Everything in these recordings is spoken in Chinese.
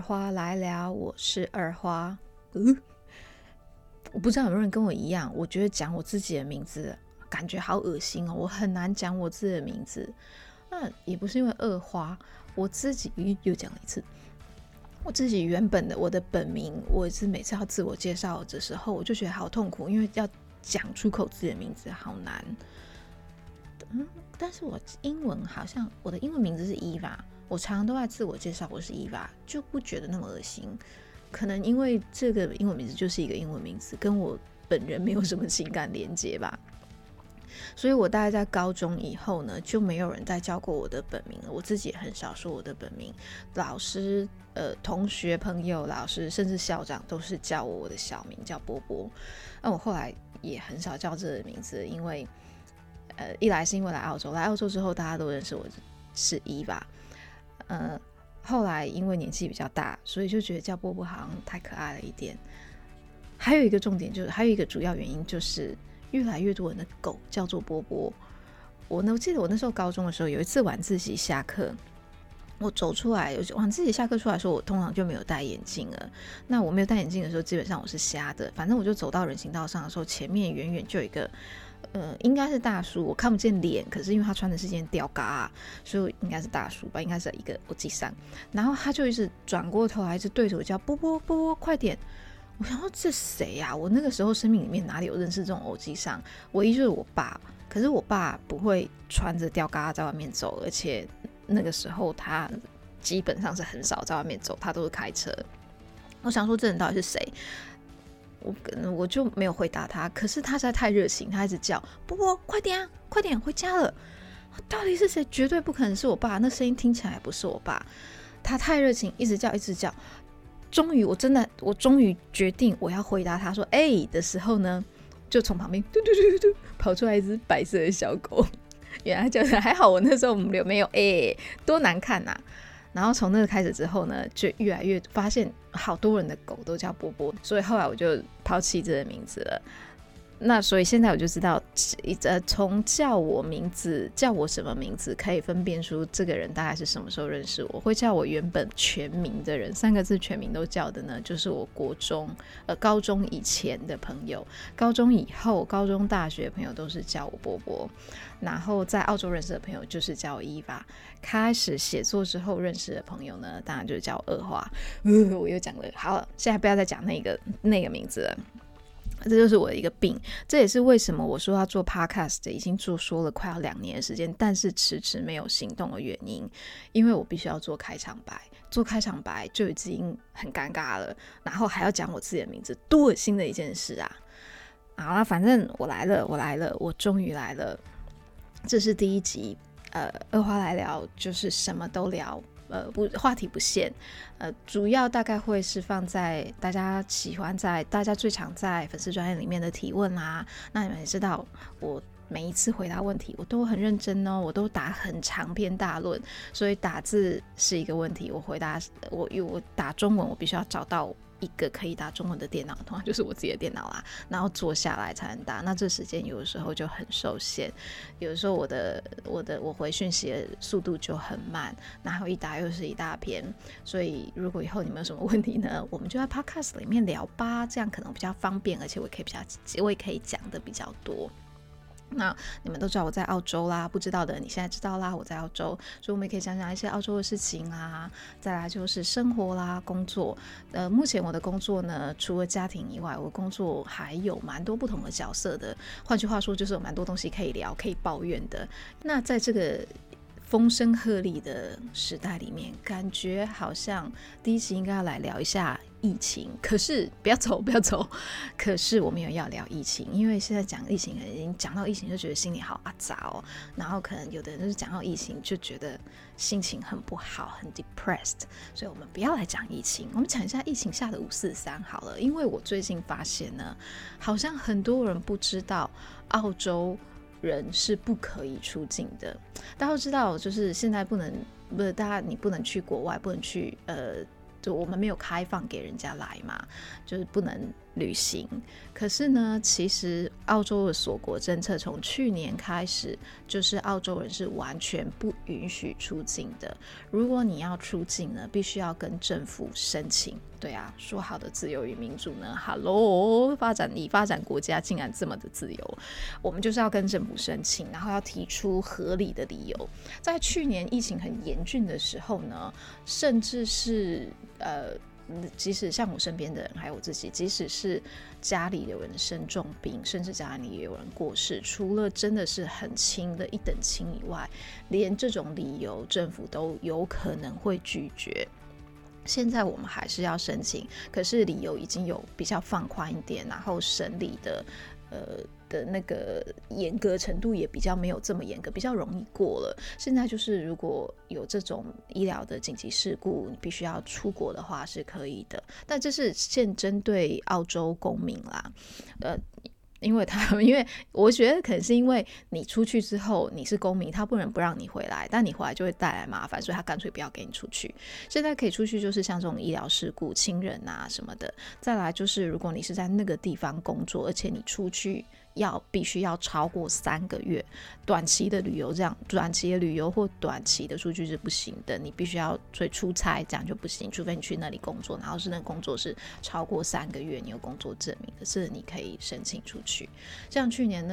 花来聊，我是二花。我不知道有没有人跟我一样，我觉得讲我自己的名字感觉好恶心哦，我很难讲我自己的名字。那也不是因为二花，我自己又讲了一次，我自己原本的我的本名，我是每次要自我介绍的时候，我就觉得好痛苦，因为要讲出口自己的名字好难。但是我英文好像我的英文名字是 Eva， 我常常都在自我介绍我是 Eva， 就不觉得那么恶心。可能因为这个英文名字就是一个英文名字，跟我本人没有什么情感连接吧。所以我大概在高中以后呢，就没有人再叫过我的本名了。我自己也很少说我的本名，老师、同学、朋友、老师，甚至校长都是叫我的小名，叫波波。那我后来也很少叫这个名字，因为一来是因为来澳洲之后大家都认识我是Eva，后来因为年纪比较大，所以就觉得叫波波好像太可爱了一点。还有一个重点就是，还有一个主要原因就是越来越多人的狗叫做波波。我记得我那时候高中的时候，有一次晚自习下课，我走出来，晚自习下课出来的时候，我通常就没有戴眼镜了。那我没有戴眼镜的时候，基本上我是瞎的。反正我就走到人行道上的时候，前面远远就有一个应该是大叔，我看不见脸，可是因为他穿的是件吊嘎，所以应该是大叔吧，应该是一个我记上。然后他就一直转过头来，一直对着我叫波波波波，快点！我想说这谁呀？我那个时候生命里面哪里有认识这种偶记上？唯一就是我爸，可是我爸不会穿着吊嘎在外面走，而且那个时候他基本上是很少在外面走，他都是开车。我想说这人到底是谁？我就没有回答他，可是他实在太热情，他一直叫波波快点啊，快点回家了。到底是谁？绝对不可能是我爸，那声音听起来不是我爸。他太热情，一直叫一直叫。我终于决定我要回答他说的时候呢，就从旁边嘟嘟嘟嘟跑出来一只白色的小狗。原来就是还好我那时候没有多难看啊。然后从那个开始之后呢，就越来越发现好多人的狗都叫波波，所以后来我就抛弃这个名字了。那所以现在我就知道，从叫我什么名字，可以分辨出这个人大概是什么时候认识我。会叫我原本全名的人，3个字全名都叫的呢，就是我高中以前的朋友，高中以后、高中、大学的朋友都是叫我波波。然后在澳洲认识的朋友就是叫我Eva，开始写作之后认识的朋友呢，当然就是叫我二花。我又讲了，好了，现在不要再讲那个名字了。这就是我的一个病，这也是为什么我说要做 podcast 已经说了快要2年的时间，但是迟迟没有行动的原因。因为我必须要做开场白，做开场白就已经很尴尬了，然后还要讲我自己的名字，多恶心的一件事啊！好了，反正我来了，我终于来了。这是第1集，二花来聊，就是什么都聊。话题不限，主要大概会是放在大家最常在粉丝专页里面的提问啦。那你们也知道，我每一次回答问题我都很认真哦，我都打很长篇大论，所以打字是一个问题。我打中文，我必须要找到一个可以打中文的电脑，通常就是我自己的电脑啦，然后坐下来才能打。那这时间有的时候就很受限，有的时候我回讯息的速度就很慢，然后一打又是一大篇。所以如果以后你们有什么问题呢，我们就在 podcast 里面聊吧，这样可能比较方便，而且我也可以讲的比较多。那你们都知道我在澳洲啦，不知道的你现在知道啦，我在澳洲，所以我们也可以讲讲一些澳洲的事情啦。再来就是生活啦，工作。目前我的工作呢，除了家庭以外，我工作还有蛮多不同的角色的。换句话说，就是有蛮多东西可以聊，可以抱怨的。那在这个风声鹤唳的时代里面，感觉好像第1集应该要来聊一下疫情。可是不要走，可是我没有要聊疫情，因为现在讲疫情，已经讲到疫情就觉得心里好阿杂哦。然后可能有的人就是讲到疫情就觉得心情很不好，很 depressed， 所以我们不要来讲疫情，我们讲一下疫情下的543好了。因为我最近发现呢，好像很多人不知道澳洲人是不可以出境的。大家都知道，就是现在你不能去国外，不能去就我们没有开放给人家来嘛，就是不能旅行。可是呢，其实澳洲的锁国政策从去年开始，就是澳洲人是完全不允许出境的。如果你要出境呢，必须要跟政府申请。对啊，说好的自由与民主呢 ？Hello， 已发展国家竟然这么的自由，我们就是要跟政府申请，然后要提出合理的理由。在去年疫情很严峻的时候呢，甚至是即使像我身边的人还有我自己，即使是家里有人生重病，甚至家里也有人过世，除了真的是很轻的一等亲以外，连这种理由政府都有可能会拒绝。现在我们还是要申请，可是理由已经有比较放宽一点，然后审理的那个严格程度也比较没有这么严格，比较容易过了。现在就是如果有这种医疗的紧急事故，你必须要出国的话是可以的，但这是现针对澳洲公民啦，因为我觉得可能是因为你出去之后你是公民，他不能不让你回来，但你回来就会带来麻烦，所以他干脆不要给你出去。现在可以出去就是像这种医疗事故、亲人啊什么的。再来就是如果你是在那个地方工作，而且你出去必须要超过3个月，短期的旅游或短期的出去是不行的，你必须要出差，这样就不行，除非你去那里工作，然后是那个工作是超过3个月，你有工作证明的，是你可以申请出去。像去年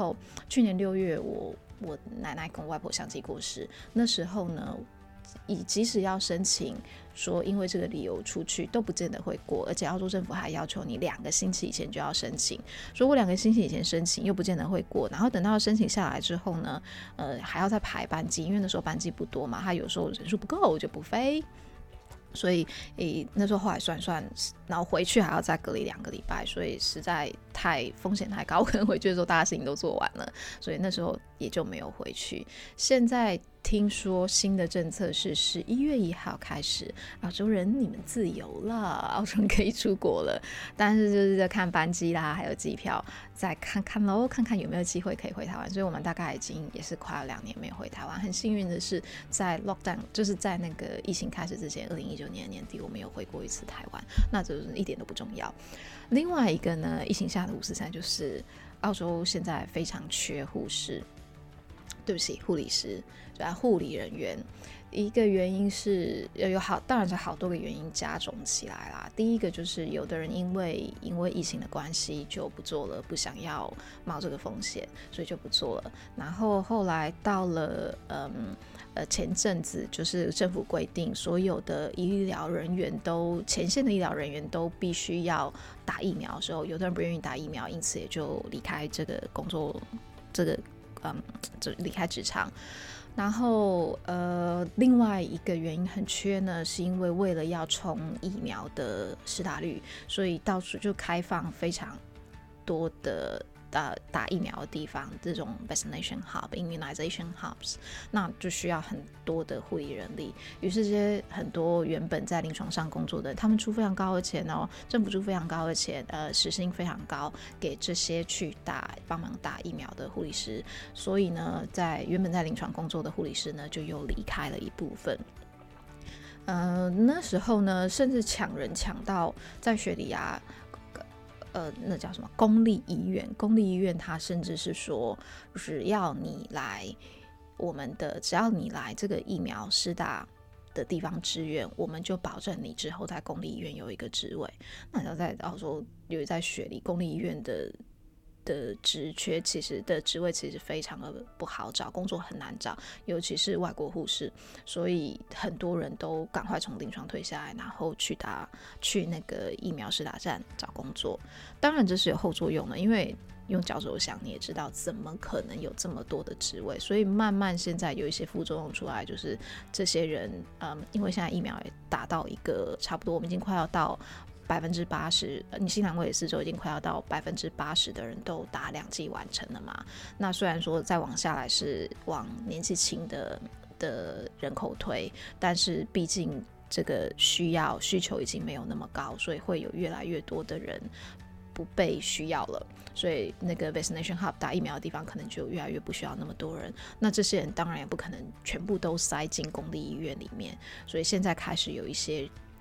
6月我奶奶跟我外婆相继过世，那时候呢即使要申请说因为这个理由出去都不见得会过，而且澳洲政府还要求你2个星期以前就要申请，如果2个星期以前申请又不见得会过，然后等到申请下来之后呢还要再排班机，因为那时候班机不多嘛，他有时候人数不够就不飞，所以那时候后来算，然后回去还要再隔离2个礼拜，所以实在风险太高，我可能回去的时候大家事情都做完了，所以那时候也就没有回去。现在听说新的政策是11月1号开始，澳洲人你们自由了，澳洲人可以出国了，但是就是在看班机啦，还有机票，再看看咯，看看有没有机会可以回台湾。所以我们大概已经也是快要2年没有回台湾。很幸运的是，在 lockdown 就是在那个疫情开始之前，2019年年底我们有回过一次台湾，那就是一点都不重要。另外一个呢，疫情下的543就是澳洲现在非常缺护士，对不起，护理师，护理人员。一个原因是当然是好多个原因加总起来啦。第一个就是有的人因为疫情的关系就不做了，不想要冒这个风险，所以就不做了。然后后来到了前阵子就是政府规定所有的前线的医疗人员都必须要打疫苗的时候，有的人不愿意打疫苗，因此也就离开这个工作，就离开职场。然后另外一个原因很缺呢，是因为为了要冲疫苗的施打率，所以到处就开放非常多的打疫苗的地方，这种 vaccination hub、immunization hubs， 那就需要很多的护理人力。于是这些很多原本在临床上工作的人，他们出非常高的钱哦，政府出非常高的钱，时薪非常高，给这些去帮忙打疫苗的护理师。所以呢，原本在临床工作的护理师呢，就又离开了一部分。那时候呢，甚至抢到在雪梨啊。那叫什么公立医院，它甚至是说，只要你来这个疫苗施打的地方支援，我们就保证你之后在公立医院有一个职位。那你要在澳洲，因为在雪梨公立医院的职位其实非常的不好找，工作很难找，尤其是外国护士，所以很多人都赶快从临床退下来，然后去那个疫苗施打站找工作。当然这是有后作用的，因为用脚手想你也知道怎么可能有这么多的职位，所以慢慢现在有一些副作用出来，就是这些人因为现在疫苗也打到一个差不多，我们已经快要到80%，新南威尔士州已经快要到80%的人都打2剂完成了嘛。那虽然说再往下来是往年纪轻的人口推，但是毕竟这个需求已经没有那么高，所以会有越来越多的人不被需要了，所以那个 vaccination hub 打疫苗的地方可能就越来越不需要那么多人。那这些人当然也不可能全部都塞进公立医院里面，所以现在开始有一些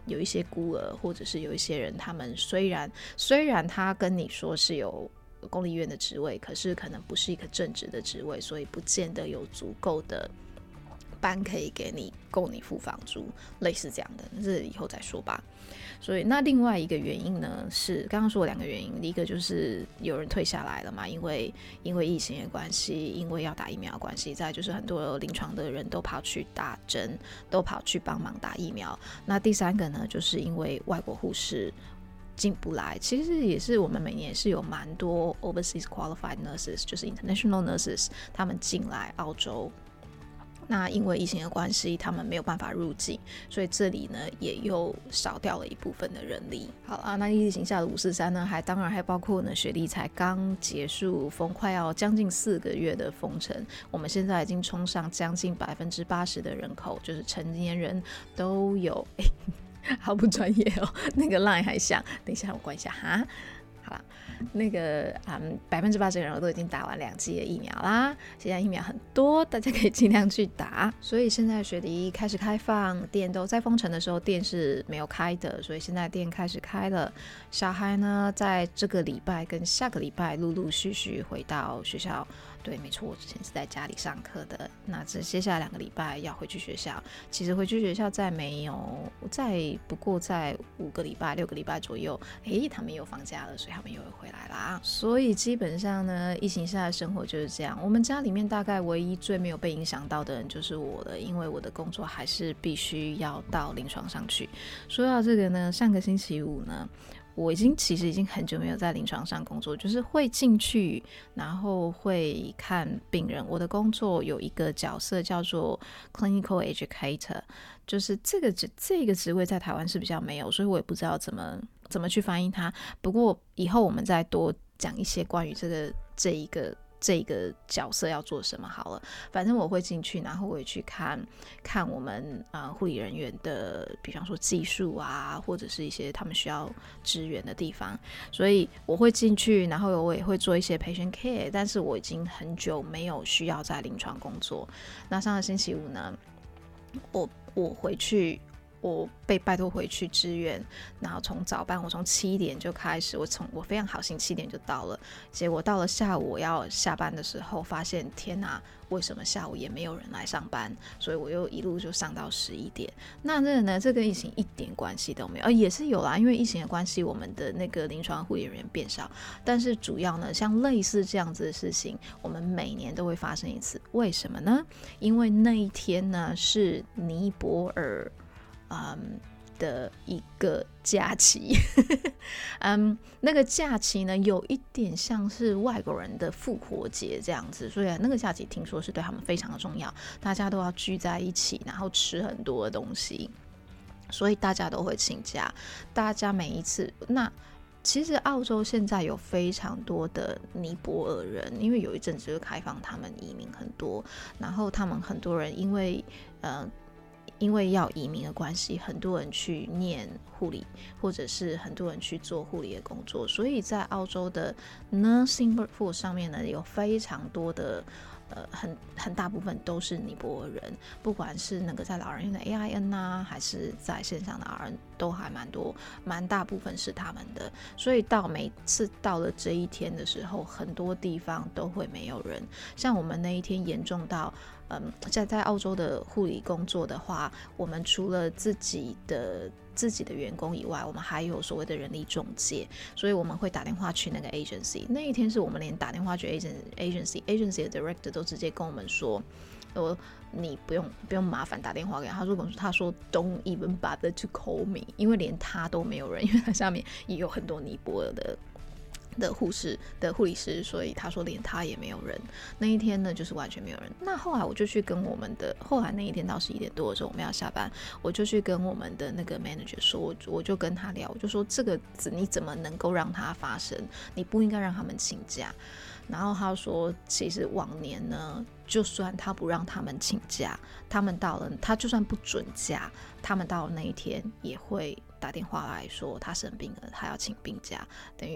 有一些孤儿，或者是有一些人，他们虽然他跟你说是有公立医院的职位，可是可能不是一个正职的职位，所以不见得有足够的班可以给你够你付房租，类似这样的，这以后再说吧。所以那另外一个原因呢，是刚刚说的2个原因，一个就是有人退下来了嘛，因为疫情的关系，因为要打疫苗的关系，再来就是很多临床的人都跑去打针，都跑去帮忙打疫苗。那第3个呢，就是因为外国护士进不来，其实也是我们每年也是有蛮多 overseas qualified nurses， 就是 international nurses， 他们进来澳洲。那因为疫情的关系，他们没有办法入境，所以这里呢也又少掉了一部分的人力。好啦，那疫情下的543呢，当然还包括呢雪梨才刚结束快要将近4个月的封城，我们现在已经冲上将近80%的人口，就是成年人都有。好不专业哦，那个 line 还响，等一下我关一下哈。好啦，那个80%的人都已经打完2剂的疫苗啦，现在疫苗很多，大家可以尽量去打。所以现在雪梨开始开放，店都在封城的时候店是没有开的，所以现在店开始开了。小孩呢，在这个礼拜跟下个礼拜陆陆续续回到学校。对，没错，我之前是在家里上课的。那这接下来2个礼拜要回去学校，其实回去学校不过在5个礼拜、6个礼拜左右，他们又放假了，所以他们又会回来啦。所以基本上呢，疫情下的生活就是这样。我们家里面大概唯一最没有被影响到的人就是我了，因为我的工作还是必须要到临床上去。说到这个呢，上个星期五呢，我其实已经很久没有在临床上工作，就是会进去，然后会看病人。我的工作有一个角色叫做 clinical educator， 就是这个职位在台湾是比较没有，所以我也不知道怎么去翻译它。不过以后我们再多讲一些关于这一个角色要做什么好了。反正我会进去，然后我也去看我们护理人员的，比方说技术啊，或者是一些他们需要支援的地方。所以我会进去，然后我也会做一些 patient care， 但是我已经很久没有需要在临床工作。那上个星期五呢，我回去。我被拜托回去支援，然后从早班我从7点就开始，我非常好心7点就到了，结果到了下午我要下班的时候，发现天哪，为什么下午也没有人来上班？所以我又一路就上到11点。那这跟疫情一点关系都没有，也是有啦，因为疫情的关系，我们的那个临床护理人员变少，但是主要呢，像类似这样子的事情，我们每年都会发生一次。为什么呢？因为那一天呢是尼泊尔的一个假期那个假期呢有一点像是外国人的复活节这样子，所以那个假期听说是对他们非常的重要，大家都要聚在一起，然后吃很多的东西，所以大家都会请假。大家每一次其实澳洲现在有非常多的尼泊尔人，因为有一阵子就开放他们移民很多，然后他们很多人因为要移民的关系，很多人去念护理，或者是很多人去做护理的工作，所以在澳洲的 nursing workforce 上面呢，有非常多的很大部分都是尼泊尔人，不管是那个在老人院的 AIN 啊，还是在线上的 RN， 都还蛮多，蛮大部分是他们的。所以每次到了这一天的时候，很多地方都会没有人。像我们那一天严重到在澳洲的护理工作的话，我们除了自己的员工以外，我们还有所谓的人力中介，所以我们会打电话去那个 agency。 那一天是我们连打电话去 agency 的 director 都直接跟我们说，你不用麻烦打电话给他，他说 don't even bother to call me， 因为连他都没有人，因为他下面也有很多尼泊尔的护士的护理师，所以他说连他也没有人。那一天呢就是完全没有人。那后来我就去跟后来那一天到11点多的时候我们要下班，我就去跟我们的那个 manager 说，我就跟他聊，我就说这个你怎么能够让它发生，你不应该让他们请假。然后他说其实往年呢，就算他不让他们请假，他就算不准假，他们到了那一天也会打电话来说他生病了，他要请病假，等于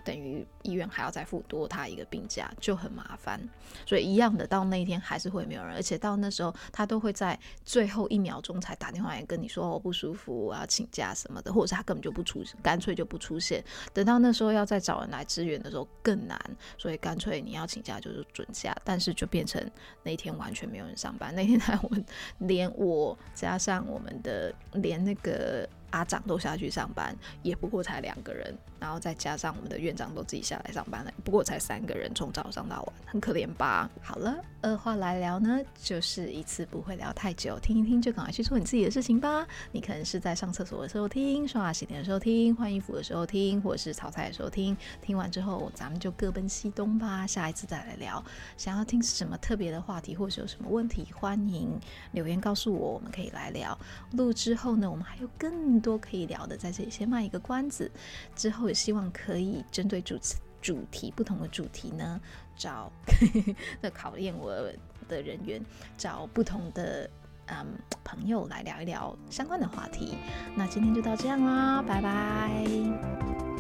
等于医院还要再付多他一个病假，就很麻烦。所以一样的，到那一天还是会没有人，而且到那时候他都会在最后1秒钟才打电话来跟你说我不舒服，我要请假什么的，或者是他根本就不出现，干脆就不出现。等到那时候要再找人来支援的时候更难，所以干脆你要请假就是准假，但是就变成那天完全没有人上班。那天连我加上我们的连那个阿长都下去上班，也不过才2个人，然后再加上我们的院长都自己下来上班了，不过才3个人，从早上到晚，很可怜吧？好了，二话来聊呢，就是一次不会聊太久，听一听就赶快去做你自己的事情吧。你可能是在上厕所的时候听，刷牙洗脸的时候听，换衣服的时候听，或者是炒菜的时候听。听完之后，咱们就各奔西东吧，下一次再来聊。想要听什么特别的话题，或者有什么问题，欢迎留言告诉我，我们可以来聊。录之后呢，我们还有更多可以聊的，在这里先卖一个关子。之后也希望可以针对主题不同的主题呢，找那考验我的人员，找不同的朋友来聊一聊相关的话题。那今天就到这样啦，拜拜。